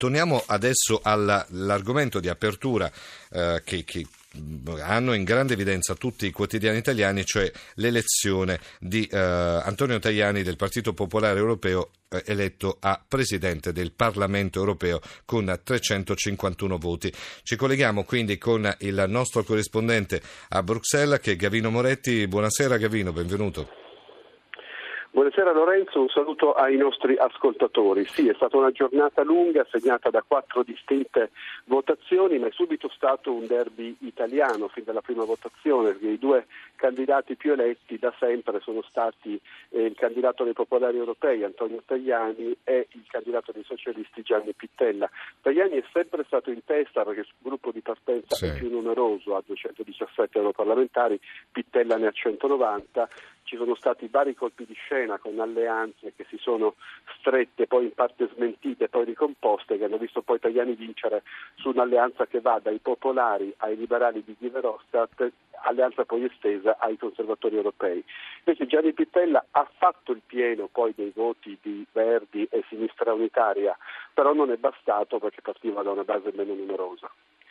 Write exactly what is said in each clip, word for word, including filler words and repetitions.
Torniamo adesso all'argomento di apertura eh, che, che hanno in grande evidenza tutti i quotidiani italiani, cioè l'elezione di eh, Antonio Tajani del Partito Popolare Europeo, eh, eletto a Presidente del Parlamento Europeo con trecentocinquantuno voti. Ci colleghiamo quindi con il nostro corrispondente a Bruxelles, che è Gavino Moretti. Buonasera Gavino, benvenuto. Buonasera Lorenzo, un saluto ai nostri ascoltatori. Sì, è stata una giornata lunga segnata da quattro distinte votazioni, ma è subito stato un derby italiano fin dalla prima votazione, perché i due candidati più eletti da sempre sono stati eh, il candidato dei popolari europei Antonio Tajani e il candidato dei socialisti Gianni Pittella. Tajani è sempre stato in testa perché il gruppo di partenza sì. è più numeroso, ha duecentodiciassette europarlamentari, Pittella ne ha centonovanta. Ci sono stati vari colpi di scena con alleanze che si sono strette, poi in parte smentite, poi ricomposte, che hanno visto poi Tajani vincere su un'alleanza che va dai popolari ai liberali di Guy Verhofstadt, alleanza poi estesa ai conservatori europei. Invece Gianni Pittella ha fatto il pieno poi dei voti di Verdi e Sinistra Unitaria, però non è bastato perché partiva da una base meno numerosa.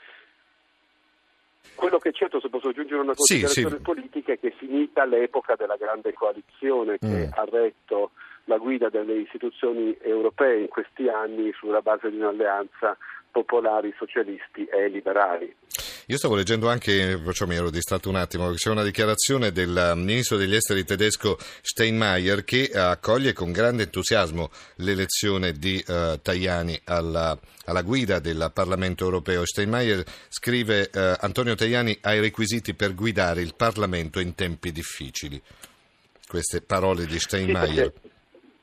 Quello che è certo, se posso aggiungere una considerazione sì, sì. politica, è che è finita l'epoca della grande coalizione che mm. ha retto la guida delle istituzioni europee in questi anni sulla base di un'alleanza popolari, socialisti e liberali. Io stavo leggendo anche, perciò mi ero distratto un attimo, c'è una dichiarazione del ministro degli esteri tedesco Steinmeier che accoglie con grande entusiasmo l'elezione di uh, Tajani alla, alla guida del Parlamento europeo. Steinmeier scrive uh, Antonio Tajani ha i requisiti per guidare il Parlamento in tempi difficili. Queste parole di Steinmeier. Sì,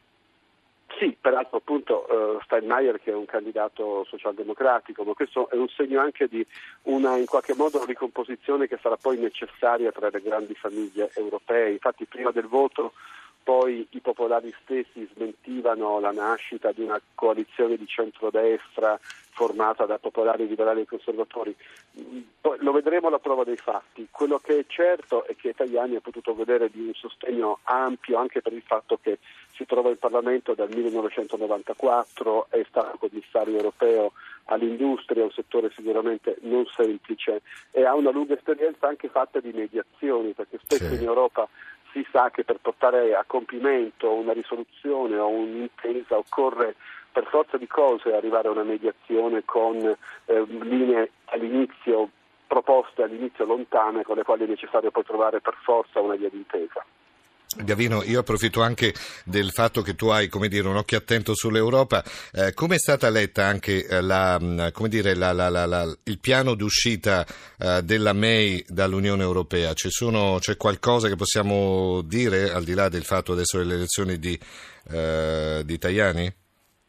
Sì, peraltro appunto uh, Steinmeier che è un candidato socialdemocratico, ma questo è un segno anche di una in qualche modo ricomposizione che sarà poi necessaria tra le grandi famiglie europee. Infatti prima del voto poi i popolari stessi smentivano la nascita di una coalizione di centrodestra formata da popolari, liberali e conservatori. Poi lo vedremo alla prova dei fatti. Quello che è certo è che Tajani ha potuto godere di un sostegno ampio anche per il fatto che si trova in Parlamento dal millenovecentonovantaquattro, è stato commissario europeo all'industria, un settore sicuramente non semplice, e ha una lunga esperienza anche fatta di mediazioni, perché spesso sì. in Europa si sa che per portare a compimento una risoluzione o un'intesa occorre per forza di cose arrivare a una mediazione con eh, linee all'inizio proposte all'inizio lontane, con le quali è necessario poi trovare per forza una via d'intesa. Gavino, io approfitto anche del fatto che tu hai, come dire, un occhio attento sull'Europa. Eh, come è stata letta anche la, come dire, la, la, la, la, il piano d'uscita eh, della May dall'Unione Europea? Ci sono, c'è qualcosa che possiamo dire al di là del fatto adesso delle elezioni di, eh, di Tajani?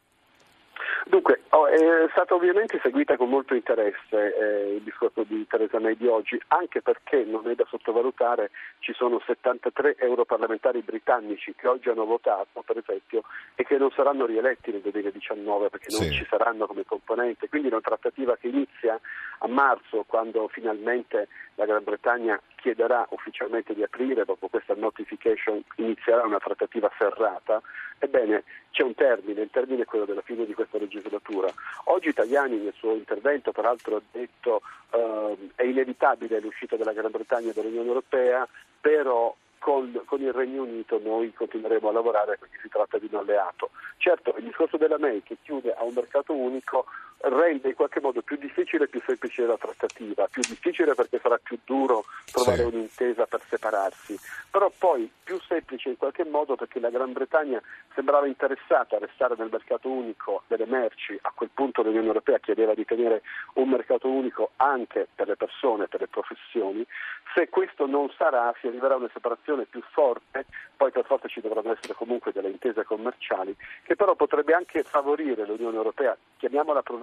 Dunque, oh, è stata ovviamente seguita con molto interesse eh, il discorso di Theresa May di oggi, anche perché non è da sottovalutare, ci sono settantatré europarlamentari britannici che oggi hanno votato, per esempio, e che non saranno rieletti nel duemiladiciannove perché non sì. ci saranno come componente, quindi è una trattativa che inizia a marzo, quando finalmente la Gran Bretagna chiederà ufficialmente di aprire, dopo questa notification inizierà una trattativa serrata. Ebbene, c'è un termine, il termine è quello della fine di questa legislatura. Oggi Tajani nel suo intervento peraltro ha detto uh, è inevitabile l'uscita della Gran Bretagna dall'Unione Europea, però con, con il Regno Unito noi continueremo a lavorare perché si tratta di un alleato. Certo, il discorso della May che chiude a un mercato unico rende in qualche modo più difficile e più semplice la trattativa, più difficile perché sarà più duro trovare sì. un'intesa per separarsi, però poi più semplice in qualche modo perché la Gran Bretagna sembrava interessata a restare nel mercato unico delle merci. A quel punto l'Unione Europea chiedeva di tenere un mercato unico anche per le persone, per le professioni. Se questo non sarà, si arriverà a una separazione più forte, poi per forza ci dovranno essere comunque delle intese commerciali, che però potrebbe anche favorire l'Unione Europea, chiamiamola per una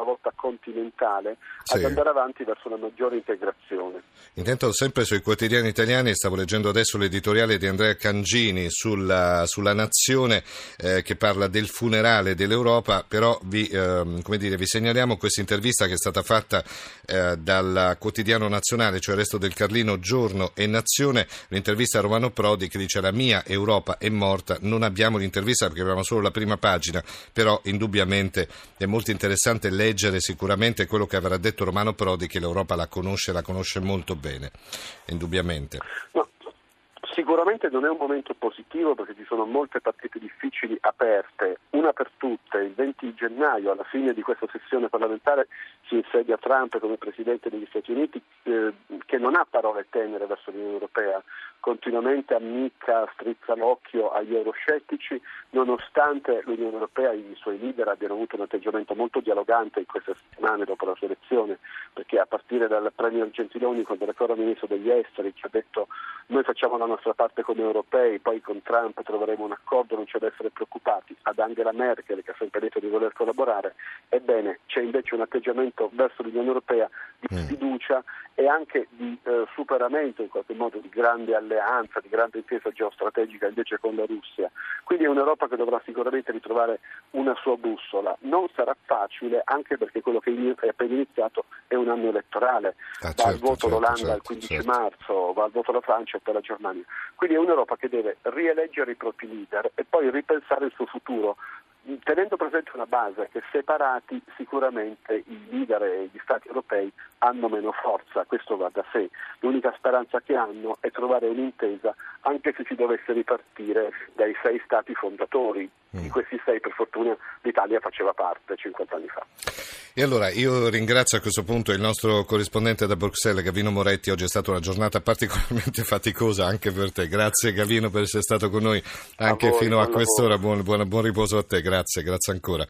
volta continentale, sì. ad andare avanti verso una maggiore integrazione. Intanto sempre sui quotidiani italiani stavo leggendo adesso l'editoriale di Andrea Cangini sulla, sulla Nazione eh, che parla del funerale dell'Europa, però vi, eh, come dire, vi segnaliamo questa intervista che è stata fatta eh, dal quotidiano nazionale, cioè Resto del Carlino, Giorno e Nazione, l'intervista a Romano Prodi che dice: la mia Europa è morta. Non abbiamo l'intervista perché abbiamo solo la prima pagina, però indubbiamente è molto interessante leggere sicuramente quello che avrà detto Romano Prodi, che l'Europa la conosce, la conosce molto bene, indubbiamente. No. Sicuramente non è un momento positivo perché ci sono molte partite difficili aperte, una per tutte. Il venti gennaio, alla fine di questa sessione parlamentare, si insedia Trump come Presidente degli Stati Uniti, eh, che non ha parole tenere verso l'Unione Europea, continuamente ammicca, strizza l'occhio agli euroscettici, nonostante l'Unione Europea e i suoi leader abbiano avuto un atteggiamento molto dialogante in queste settimane dopo la sua elezione, perché a partire dal Premier Gentiloni, quando era ancora Ministro degli Esteri, ci ha detto: noi facciamo la nostra parte come europei, poi con Trump troveremo un accordo, non c'è da essere preoccupati. Ad Angela Merkel, che ha sempre detto di voler collaborare, ebbene c'è invece un atteggiamento verso l'Unione Europea di sfiducia e anche di eh, superamento in qualche modo di grande alleanza, di grande intesa geostrategica invece con la Russia. Quindi è un'Europa che dovrà sicuramente ritrovare una sua bussola. Non sarà facile, anche perché quello che è appena iniziato è un anno elettorale. Ah, va certo, al voto certo, l'Olanda certo, il quindici certo. marzo, va al voto la Francia e poi la Germania. Quindi è un'Europa che deve rieleggere i propri leader e poi ripensare il suo futuro, tenendo presente una base che separati sicuramente i leader e gli Stati europei hanno meno forza, questo va da sé. L'unica speranza che hanno è trovare un'intesa, anche se si dovesse ripartire dai sei Stati fondatori. Di questi sei, per fortuna, l'Italia faceva parte cinquanta anni fa. E allora io ringrazio a questo punto il nostro corrispondente da Bruxelles, Gavino Moretti. Oggi è stata una giornata particolarmente faticosa anche per te. Grazie Gavino per essere stato con noi anche a voi, fino a buon quest'ora. Buon, buon, buon riposo a te, grazie, grazie ancora.